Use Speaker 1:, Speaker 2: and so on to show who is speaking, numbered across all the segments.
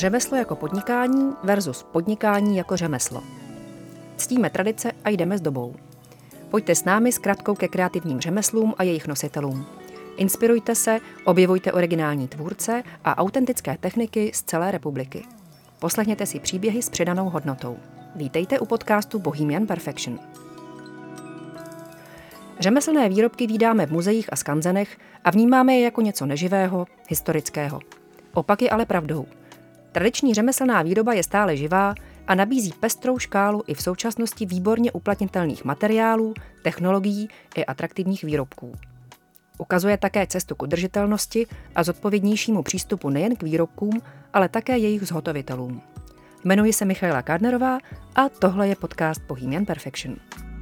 Speaker 1: Řemeslo jako podnikání versus podnikání jako řemeslo. Ctíme tradice a jdeme s dobou. Pojďte s námi s kratkou ke kreativním řemeslům a jejich nositelům. Inspirujte se, objevujte originální tvůrce a autentické techniky z celé republiky. Poslechněte si příběhy s přidanou hodnotou. Vítejte u podcastu Bohemian Perfection. Řemeslné výrobky vídáme v muzeích a skanzenech a vnímáme je jako něco neživého, historického. Opak je ale pravdou. Tradiční řemeslná výroba je stále živá a nabízí pestrou škálu i v současnosti výborně uplatnitelných materiálů, technologií i atraktivních výrobků. Ukazuje také cestu k udržitelnosti a zodpovědnějšímu přístupu nejen k výrobkům, ale také jejich zhotovitelům. Jmenuji se Michaela Kádnerová a tohle je podcast Bohemian Perfection.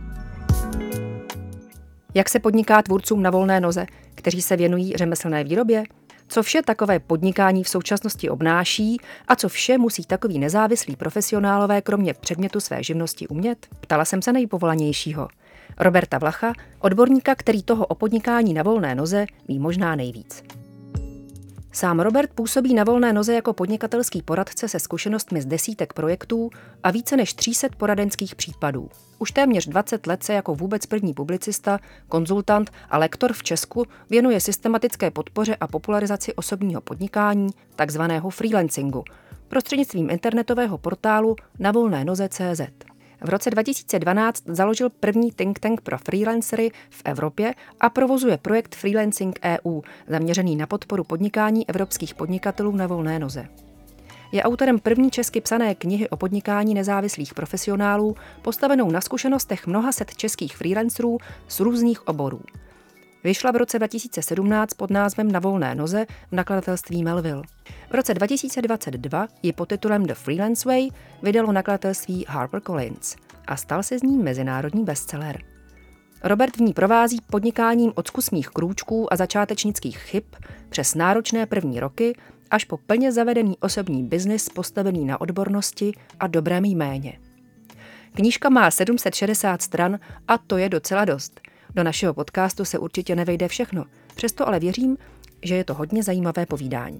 Speaker 1: Jak se podniká tvůrcům na volné noze, kteří se věnují řemeslné výrobě? Co vše takové podnikání v současnosti obnáší a co vše musí takový nezávislí profesionálové kromě předmětu své živnosti umět? Ptala jsem se nejpovolanějšího. Roberta Vlacha, odborníka, který toho o podnikání na volné noze ví možná nejvíc. Sám Robert působí na volné noze jako podnikatelský poradce se zkušenostmi z desítek projektů a více než 300 poradenských případů. Už téměř 20 let se jako vůbec první publicista, konzultant a lektor v Česku věnuje systematické podpoře a popularizaci osobního podnikání, takzvaného freelancingu, prostřednictvím internetového portálu navolnénoze.cz. V roce 2012 založil první think tank pro freelancery v Evropě a provozuje projekt Freelancing EU, zaměřený na podporu podnikání evropských podnikatelů na volné noze. Je autorem první česky psané knihy o podnikání nezávislých profesionálů, postavenou na zkušenostech mnoha set českých freelancerů z různých oborů. Vyšla v roce 2017 pod názvem Na volné noze v nakladatelství Melville. V roce 2022 ji pod titulem The Freelance Way vydalo nakladatelství HarperCollins a stal se z ní mezinárodní bestseller. Robert v ní provází podnikáním od zkusných krůčků a začátečnických chyb přes náročné první roky až po plně zavedený osobní biznis postavený na odbornosti a dobrém jméně. Knížka má 760 stran a to je docela dost. Do našeho podcastu se určitě nevejde všechno, přesto ale věřím, že je to hodně zajímavé povídání.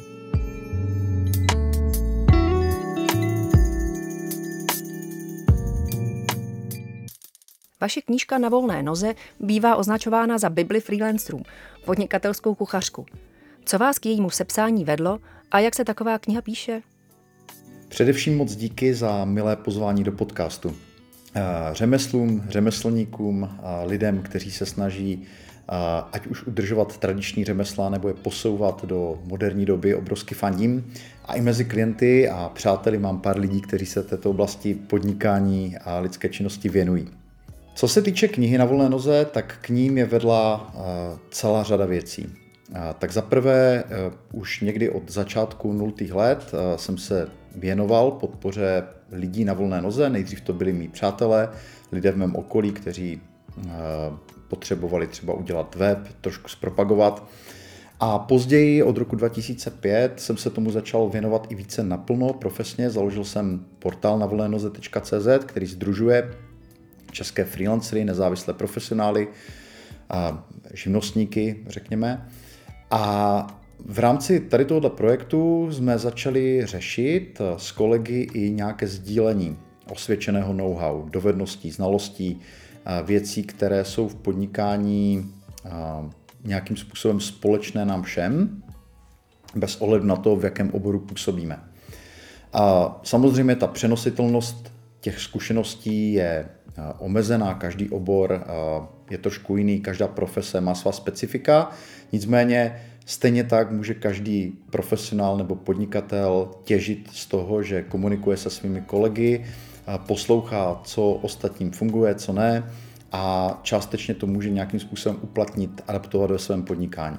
Speaker 1: Vaše knížka Na volné noze bývá označována za Bibli freelancerů, podnikatelskou kuchařku. Co vás k jejímu sepsání vedlo a jak se taková kniha píše?
Speaker 2: Především moc díky za milé pozvání do podcastu. Řemeslům, řemeslníkům, lidem, kteří se snaží ať už udržovat tradiční řemesla nebo je posouvat do moderní doby, obrovsky fandím. A i mezi klienty a přáteli mám pár lidí, kteří se této oblasti podnikání a lidské činnosti věnují. Co se týče knihy Na volné noze, tak k ní mě vedla celá řada věcí. Tak zaprvé už někdy od začátku 0. let jsem se věnoval podpoře lidí na volné noze. Nejdřív to byli mý přátelé, lidé v mém okolí, kteří potřebovali třeba udělat web, trošku zpropagovat. A později od roku 2005 jsem se tomu začal věnovat i více naplno, profesně. Založil jsem portál navolnénoze.cz, který sdružuje české freelancery, nezávislé profesionály, živnostníky, řekněme. A v rámci tady tohoto projektu jsme začali řešit s kolegy i nějaké sdílení osvědčeného know-how, dovedností, znalostí, věcí, které jsou v podnikání nějakým způsobem společné nám všem, bez ohledu na to, v jakém oboru působíme. A samozřejmě ta přenositelnost těch zkušeností je omezená, každý obor je trošku jiný, každá profese má svá specifika, nicméně stejně tak může každý profesionál nebo podnikatel těžit z toho, že komunikuje se svými kolegy, poslouchá, co ostatním funguje, co ne a částečně to může nějakým způsobem uplatnit, adaptovat ve svém podnikání.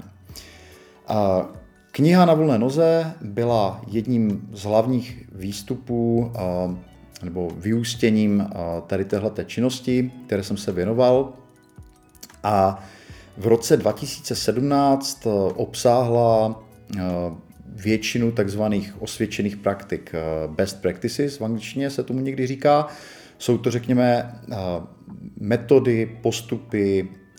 Speaker 2: Kniha Na volné noze byla jedním z hlavních výstupů nebo vyústěním tady téhleté činnosti, které jsem se věnoval. A v roce 2017 obsáhla většinu takzvaných osvědčených praktik, best practices v angličtině se tomu někdy říká. Jsou to, řekněme, metody, postupy,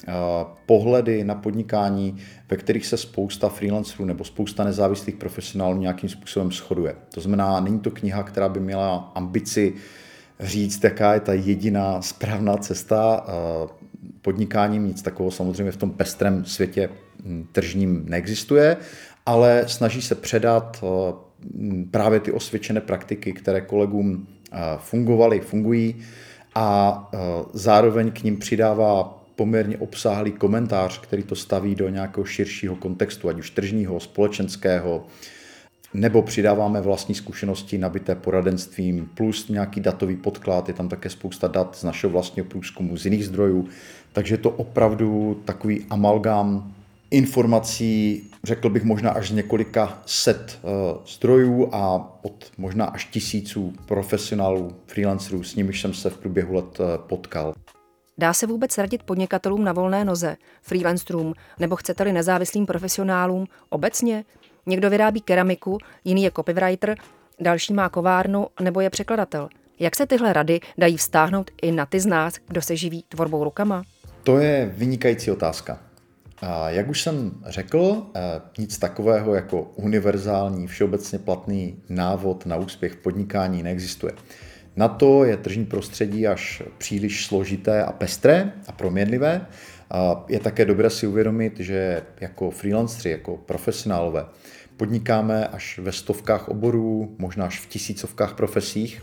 Speaker 2: pohledy na podnikání, ve kterých se spousta freelancerů nebo spousta nezávislých profesionálů nějakým způsobem shoduje. To znamená, není to kniha, která by měla ambici říct, jaká je ta jediná správná cesta podnikáním. Nic takového samozřejmě v tom pestrém světě tržním neexistuje, ale snaží se předat právě ty osvědčené praktiky, které kolegům fungovaly, fungují, a zároveň k nim přidává poměrně obsáhlý komentář, který to staví do nějakého širšího kontextu, ať už tržního, společenského, nebo přidáváme vlastní zkušenosti nabité poradenstvím, plus nějaký datový podklad, je tam také spousta dat z našeho vlastního průzkumu, z jiných zdrojů, takže je to opravdu takový amalgám informací, řekl bych možná až z několika set zdrojů a od možná až tisíců profesionálů, freelancerů, s nimiž jsem se v průběhu let potkal.
Speaker 1: Dá se vůbec radit podnikatelům na volné noze, freelancerům nebo chcete-li nezávislým profesionálům obecně? Někdo vyrábí keramiku, jiný je copywriter, další má kovárnu nebo je překladatel. Jak se tyhle rady dají vztáhnout i na ty z nás, kdo se živí tvorbou rukama?
Speaker 2: To je vynikající otázka. A jak už jsem řekl, nic takového jako univerzální, všeobecně platný návod na úspěch v podnikání neexistuje. Na to je tržní prostředí až příliš složité a pestré a proměnlivé. Je také dobré si uvědomit, že jako freelanceri, jako profesionálové podnikáme až ve stovkách oborů, možná až v tisícovkách profesích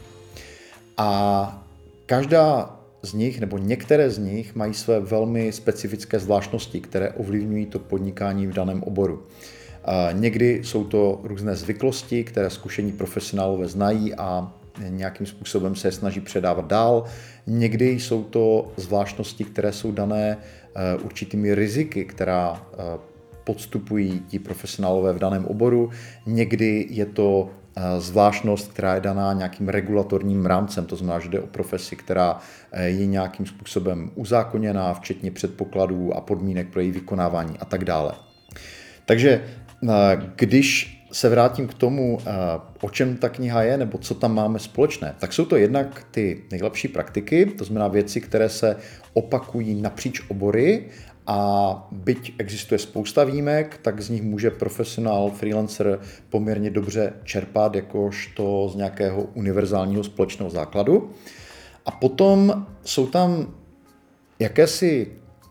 Speaker 2: a každá z nich, nebo některé z nich mají své velmi specifické zvláštnosti, které ovlivňují to podnikání v daném oboru. Někdy jsou to různé zvyklosti, které zkušení profesionálové znají a nějakým způsobem se je snaží předávat dál. Někdy jsou to zvláštnosti, které jsou dané určitými riziky, která podstupují ti profesionálové v daném oboru. Někdy je to zvláštnost, která je daná nějakým regulatorním rámcem, to znamená, že jde o profesi, která je nějakým způsobem uzákoněná, včetně předpokladů a podmínek pro její vykonávání a tak dále. Takže když se vrátím k tomu, o čem ta kniha je, nebo co tam máme společné, tak jsou to jednak ty nejlepší praktiky, to znamená věci, které se opakují napříč obory a byť existuje spousta výjimek, tak z nich může profesionál, freelancer poměrně dobře čerpat jakožto z nějakého univerzálního společného základu. A potom jsou tam jakési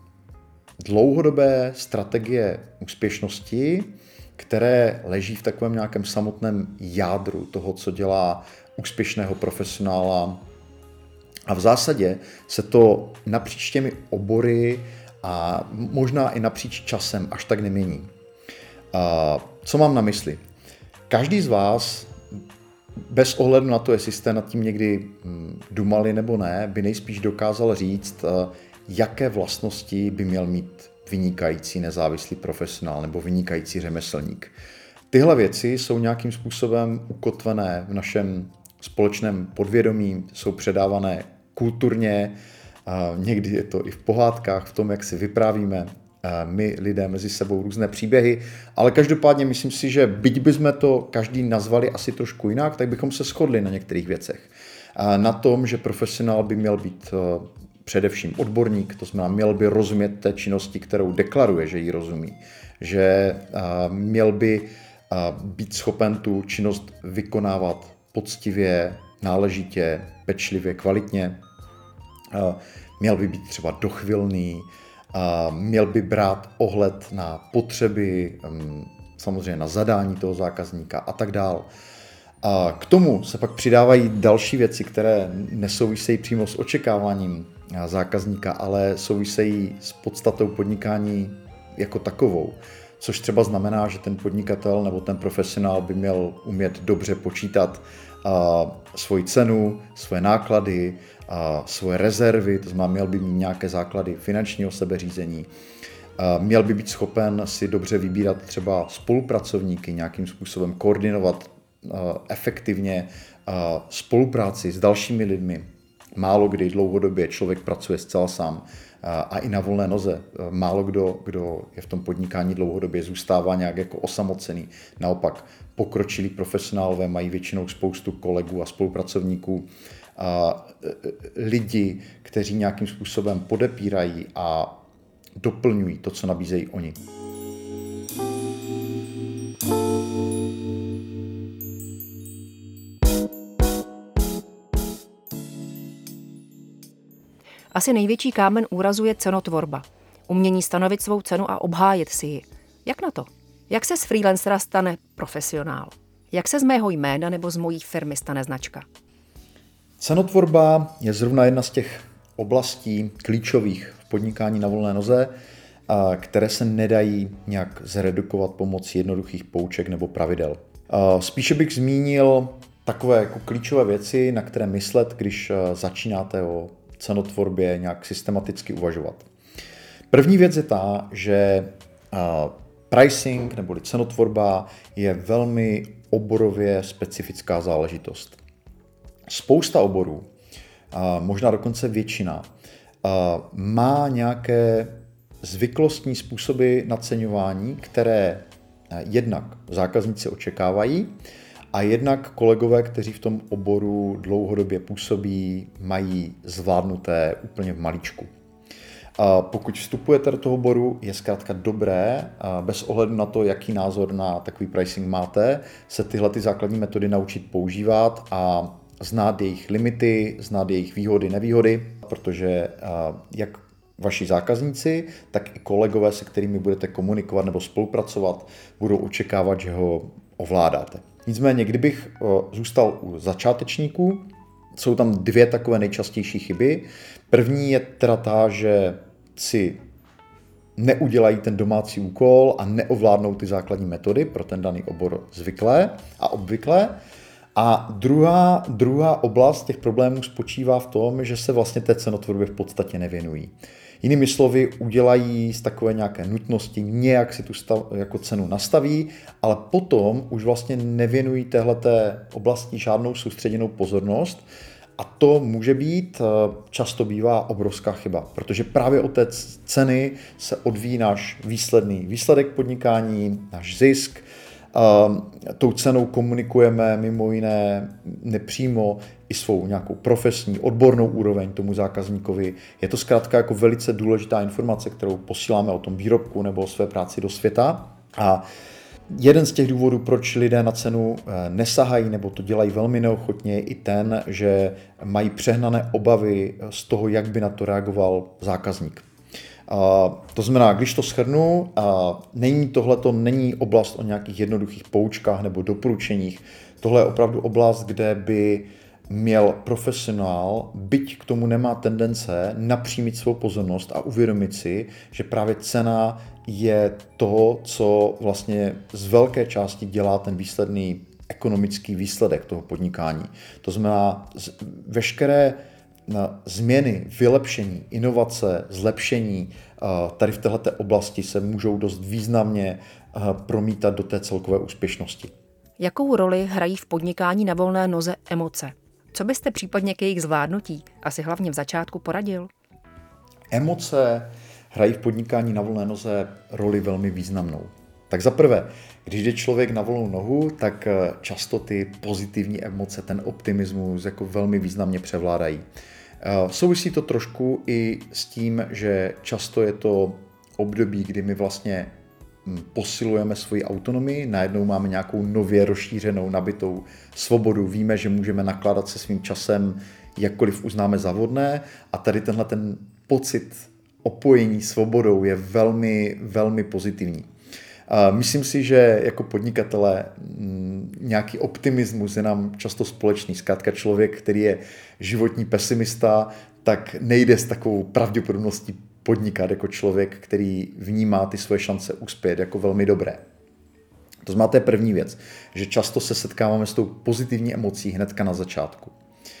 Speaker 2: dlouhodobé strategie úspěšnosti, které leží v takovém nějakém samotném jádru toho, co dělá úspěšného profesionála. A v zásadě se to napříč těmi obory a možná i napříč časem až tak nemění. Co mám na mysli? Každý z vás, bez ohledu na to, jestli jste nad tím někdy dumali nebo ne, by nejspíš dokázal říct, jaké vlastnosti by měl mít vynikající nezávislý profesionál nebo vynikající řemeslník. Tyhle věci jsou nějakým způsobem ukotvené v našem společném podvědomí, jsou předávané kulturně, někdy je to i v pohádkách, v tom, jak si vyprávíme my lidé mezi sebou různé příběhy, ale každopádně myslím si, že byť bychom to každý nazvali asi trošku jinak, tak bychom se shodli na některých věcech. Na tom, že profesionál by měl být především odborník, to znamená, měl by rozumět té činnosti, kterou deklaruje, že ji rozumí, že měl by být schopen tu činnost vykonávat poctivě, náležitě, pečlivě, kvalitně, měl by být třeba dochvilný, měl by brát ohled na potřeby, samozřejmě na zadání toho zákazníka a tak dál. K tomu se pak přidávají další věci, které nesouvisejí přímo s očekáváním zákazníka, ale souvisejí s podstatou podnikání jako takovou. Což třeba znamená, že ten podnikatel nebo ten profesionál by měl umět dobře počítat svoji cenu, svoje náklady, svoje rezervy, to znamená, měl by mít nějaké základy finančního sebeřízení, měl by být schopen si dobře vybírat třeba spolupracovníky, nějakým způsobem koordinovat efektivně spolupráci s dalšími lidmi. Málo kdy dlouhodobě člověk pracuje zcela sám a i na volné noze. Málo kdo je v tom podnikání dlouhodobě zůstává nějak jako osamocený. Naopak pokročilí profesionálové mají většinou spoustu kolegů a spolupracovníků, lidi, kteří nějakým způsobem podepírají a doplňují to, co nabízejí oni.
Speaker 1: Asi největší kámen úrazu je cenotvorba. Umění stanovit svou cenu a obhájit si ji. Jak na to? Jak se z freelancera stane profesionál? Jak se z mého jména nebo z mojí firmy stane značka?
Speaker 2: Cenotvorba je zrovna jedna z těch oblastí klíčových v podnikání na volné noze, které se nedají nějak zredukovat pomocí jednoduchých pouček nebo pravidel. Spíše bych zmínil takové jako klíčové věci, na které myslet, když začínáte o cenotvorbě nějak systematicky uvažovat. První věc je ta, že pricing neboli cenotvorba je velmi oborově specifická záležitost. Spousta oborů, možná dokonce většina, má nějaké zvyklostní způsoby naceňování, které jednak zákazníci očekávají a jednak kolegové, kteří v tom oboru dlouhodobě působí, mají zvládnuté úplně v malíčku. Pokud vstupujete do toho oboru, je zkrátka dobré, bez ohledu na to, jaký názor na takový pricing máte, se tyhle ty základní metody naučit používat a znát jejich limity, znát jejich výhody, nevýhody, protože jak vaši zákazníci, tak i kolegové, se kterými budete komunikovat nebo spolupracovat, budou očekávat, že ho ovládáte. Nicméně, kdybych zůstal u začátečníků, jsou tam dvě takové nejčastější chyby. První je teda ta, že si neudělají ten domácí úkol a neovládnou ty základní metody pro ten daný obor zvyklé a obvyklé. A druhá oblast těch problémů spočívá v tom, že se vlastně té cenotvorbě v podstatě nevěnují. Jinými slovy, udělají z takové nějaké nutnosti, nějak si tu jako cenu nastaví, ale potom už vlastně nevěnují téhleté oblasti žádnou soustředěnou pozornost a to může být, často bývá obrovská chyba, protože právě od té ceny se odvíjí náš výsledek podnikání, náš zisk. Tou cenou komunikujeme mimo jiné nepřímo i svou nějakou profesní, odbornou úroveň tomu zákazníkovi. Je to zkrátka jako velice důležitá informace, kterou posíláme o tom výrobku nebo o své práci do světa. A jeden z těch důvodů, proč lidé na cenu nesahají nebo to dělají velmi neochotně, je i ten, že mají přehnané obavy z toho, jak by na to reagoval zákazník. To znamená, když to shrnu, tohleto není oblast o nějakých jednoduchých poučkách nebo doporučeních. Tohle je opravdu oblast, kde by měl profesionál, byť k tomu nemá tendence, napřímit svou pozornost a uvědomit si, že právě cena je to, co vlastně z velké části dělá ten výsledný ekonomický výsledek toho podnikání. To znamená, veškeré změny, vylepšení, inovace, zlepšení tady v této oblasti se můžou dost významně promítat do té celkové úspěšnosti.
Speaker 1: Jakou roli hrají v podnikání na volné noze emoce? Co byste případně k jejich zvládnutí, asi hlavně v začátku, poradil?
Speaker 2: Emoce hrají v podnikání na volné noze roli velmi významnou. Tak za prvé, když jde člověk na volnou nohu, tak často ty pozitivní emoce, ten optimismus jako velmi významně převládají. Souvisí to trošku i s tím, že často je to období, kdy my vlastně posilujeme svoji autonomii, najednou máme nějakou nově rozšířenou, nabitou svobodu, víme, že můžeme nakládat se svým časem, jakkoliv uznáme za vhodné a tady tenhle ten pocit opojení svobodou je velmi, velmi pozitivní. Myslím si, že jako podnikatelé nějaký optimismus je nám často společný. Zkrátka člověk, který je životní pesimista, tak nejde s takovou pravděpodobností podnikat jako člověk, který vnímá ty svoje šance uspět jako velmi dobré. To znamená, to je první věc, že často se setkáváme s tou pozitivní emocí hnedka na začátku.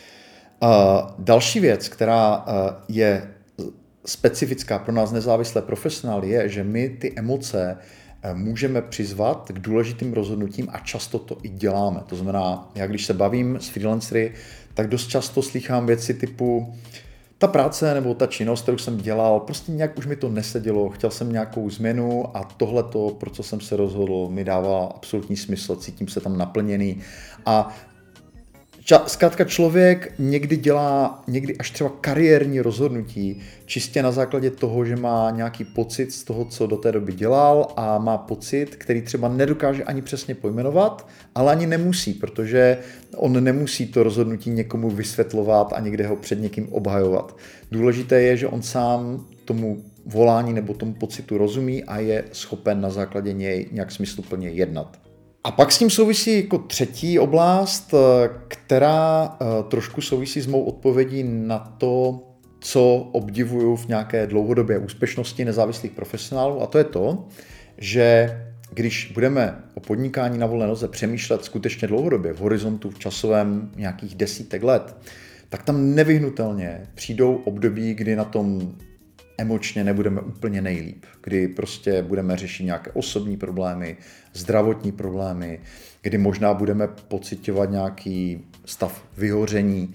Speaker 2: Další věc, která je specifická pro nás nezávislé profesionály, je, že my ty emoce můžeme přizvat k důležitým rozhodnutím a často to i děláme. To znamená, já když se bavím s freelancery, tak dost často slýchám věci typu ta práce nebo ta činnost, kterou jsem dělal, prostě nějak už mi to nesedělo, chtěl jsem nějakou změnu a tohleto, pro co jsem se rozhodl, mi dává absolutní smysl, cítím se tam naplněný a Zkrátka člověk někdy dělá až třeba kariérní rozhodnutí čistě na základě toho, že má nějaký pocit z toho, co do té doby dělal a má pocit, který třeba nedokáže ani přesně pojmenovat, ale ani nemusí, protože on nemusí to rozhodnutí někomu vysvětlovat a někde ho před někým obhajovat. Důležité je, že on sám tomu volání nebo tomu pocitu rozumí a je schopen na základě něj nějak smysluplně jednat. A pak s tím souvisí jako třetí oblast, která trošku souvisí s mou odpovědí na to, co obdivuju v nějaké dlouhodobé úspěšnosti nezávislých profesionálů, a to je to, že když budeme o podnikání na volné noze přemýšlet skutečně dlouhodobě, v horizontu časovém nějakých desítek let, tak tam nevyhnutelně přijdou období, kdy na tom emočně nebudeme úplně nejlíp, kdy prostě budeme řešit nějaké osobní problémy, zdravotní problémy, kdy možná budeme pociťovat nějaký stav vyhoření,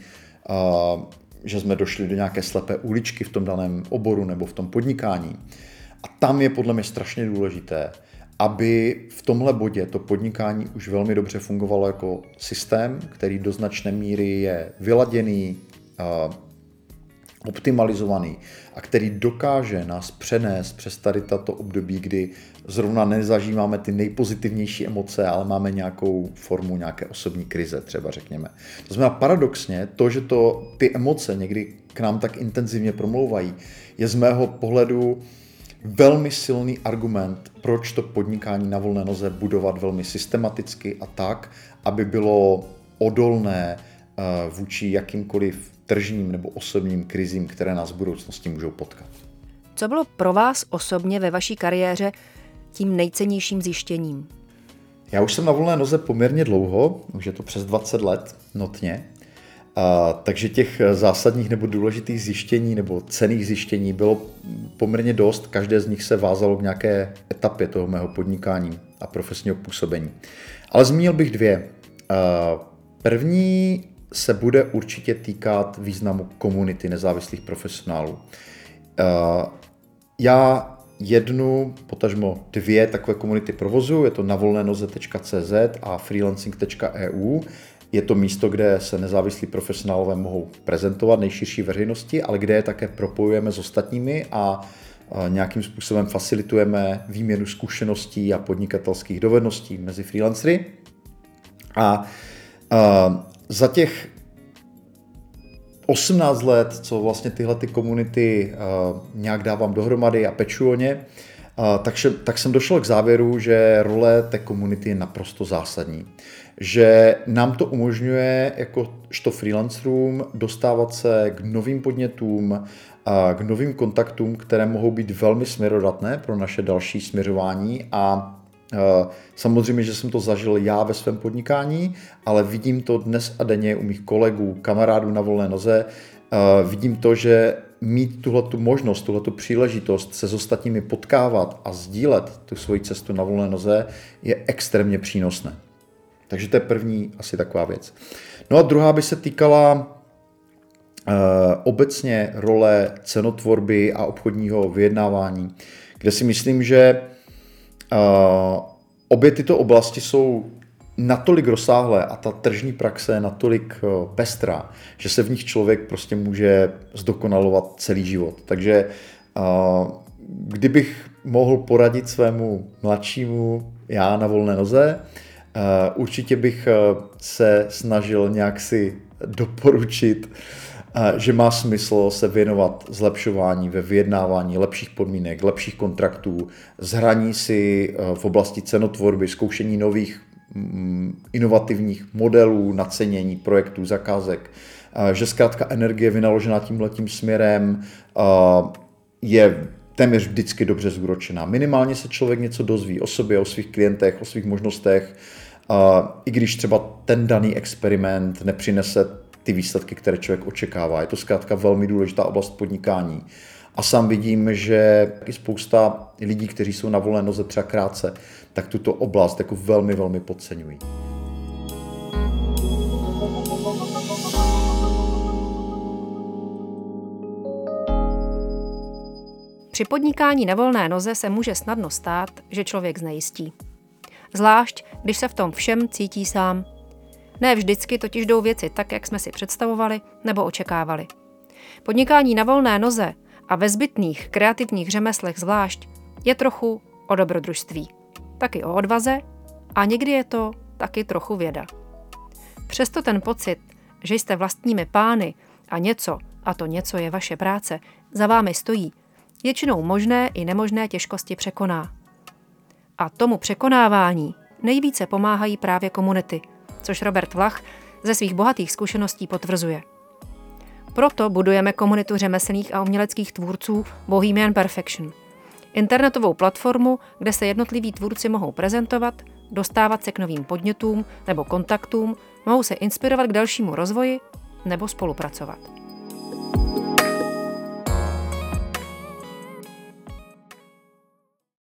Speaker 2: že jsme došli do nějaké slepé uličky v tom daném oboru nebo v tom podnikání. A tam je podle mě strašně důležité, aby v tomhle bodě to podnikání už velmi dobře fungovalo jako systém, který do značné míry je vyladěný, optimalizovaný a který dokáže nás přenést přes tady tato období, kdy zrovna nezažíváme ty nejpozitivnější emoce, ale máme nějakou formu nějaké osobní krize, třeba řekněme. To znamená paradoxně, to, že ty emoce někdy k nám tak intenzivně promlouvají, je z mého pohledu velmi silný argument, proč to podnikání na volné noze budovat velmi systematicky a tak, aby bylo odolné vůči jakýmkoliv tržním nebo osobním krizím, které nás v budoucnosti můžou potkat.
Speaker 1: Co bylo pro vás osobně ve vaší kariéře tím nejcennějším zjištěním?
Speaker 2: Já už jsem na volné noze poměrně dlouho, už je to přes 20 let notně, takže těch zásadních nebo důležitých zjištění nebo cenných zjištění bylo poměrně dost. Každé z nich se vázalo k nějaké etapě toho mého podnikání a profesního působení. Ale zmínil bych dvě. První se bude určitě týkat významu komunity nezávislých profesionálů. Já jednu, potažmo dvě takové komunity provozuju, je to navolnénoze.cz a freelancing.eu. Je to místo, kde se nezávislí profesionálové mohou prezentovat nejširší veřejnosti, ale kde je také propojujeme s ostatními a nějakým způsobem facilitujeme výměnu zkušeností a podnikatelských dovedností mezi freelancery. A za těch 18 let, co vlastně tyhle ty komunity nějak dávám dohromady a peču o ně, tak jsem došel k závěru, že role té komunity je naprosto zásadní. Že nám to umožňuje jakožto freelancerům dostávat se k novým podnětům, k novým kontaktům, které mohou být velmi směrodatné pro naše další směřování a samozřejmě, že jsem to zažil já ve svém podnikání, ale vidím to dnes a denně u mých kolegů, kamarádů na volné noze. Vidím to, že mít tuhletu možnost, tuhletu příležitost se s ostatními potkávat a sdílet tu svoji cestu na volné noze je extrémně přínosné. Takže to je první asi taková věc. No a druhá by se týkala obecně role cenotvorby a obchodního vyjednávání, kde si myslím, že obě tyto oblasti jsou natolik rozsáhlé a ta tržní praxe je natolik pestrá, že se v nich člověk prostě může zdokonalovat celý život. Takže kdybych mohl poradit svému mladšímu já na volné noze, určitě bych se snažil nějak si doporučit, že má smysl se věnovat zlepšování ve vyjednávání lepších podmínek, lepších kontraktů, zhraní si v oblasti cenotvorby, zkoušení nových inovativních modelů, nacenění projektů, zakázek, že zkrátka energie vynaložená tímhletím směrem je téměř vždycky dobře zúročená. Minimálně se člověk něco dozví o sobě, o svých klientech, o svých možnostech, i když třeba ten daný experiment nepřinese ty výsledky, které člověk očekává. Je to zkrátka velmi důležitá oblast podnikání. A sám vidím, že i spousta lidí, kteří jsou na volné noze třeba krátce, tak tuto oblast jako velmi, velmi podceňují.
Speaker 1: Při podnikání na volné noze se může snadno stát, že člověk znejistí. Zvlášť, když se v tom všem cítí sám. Ne vždycky totiž jdou věci tak, jak jsme si představovali nebo očekávali. Podnikání na volné noze a ve zbytných kreativních řemeslech zvlášť je trochu o dobrodružství, taky o odvaze a někdy je to taky trochu věda. Přesto ten pocit, že jste vlastními pány a to něco je vaše práce, za vámi stojí, většinou možné i nemožné těžkosti překoná. A tomu překonávání nejvíce pomáhají právě komunity, což Robert Vlach ze svých bohatých zkušeností potvrzuje. Proto budujeme komunitu řemeslných a uměleckých tvůrců Bohemian Perfection. Internetovou platformu, kde se jednotliví tvůrci mohou prezentovat, dostávat se k novým podnětům nebo kontaktům, mohou se inspirovat k dalšímu rozvoji nebo spolupracovat.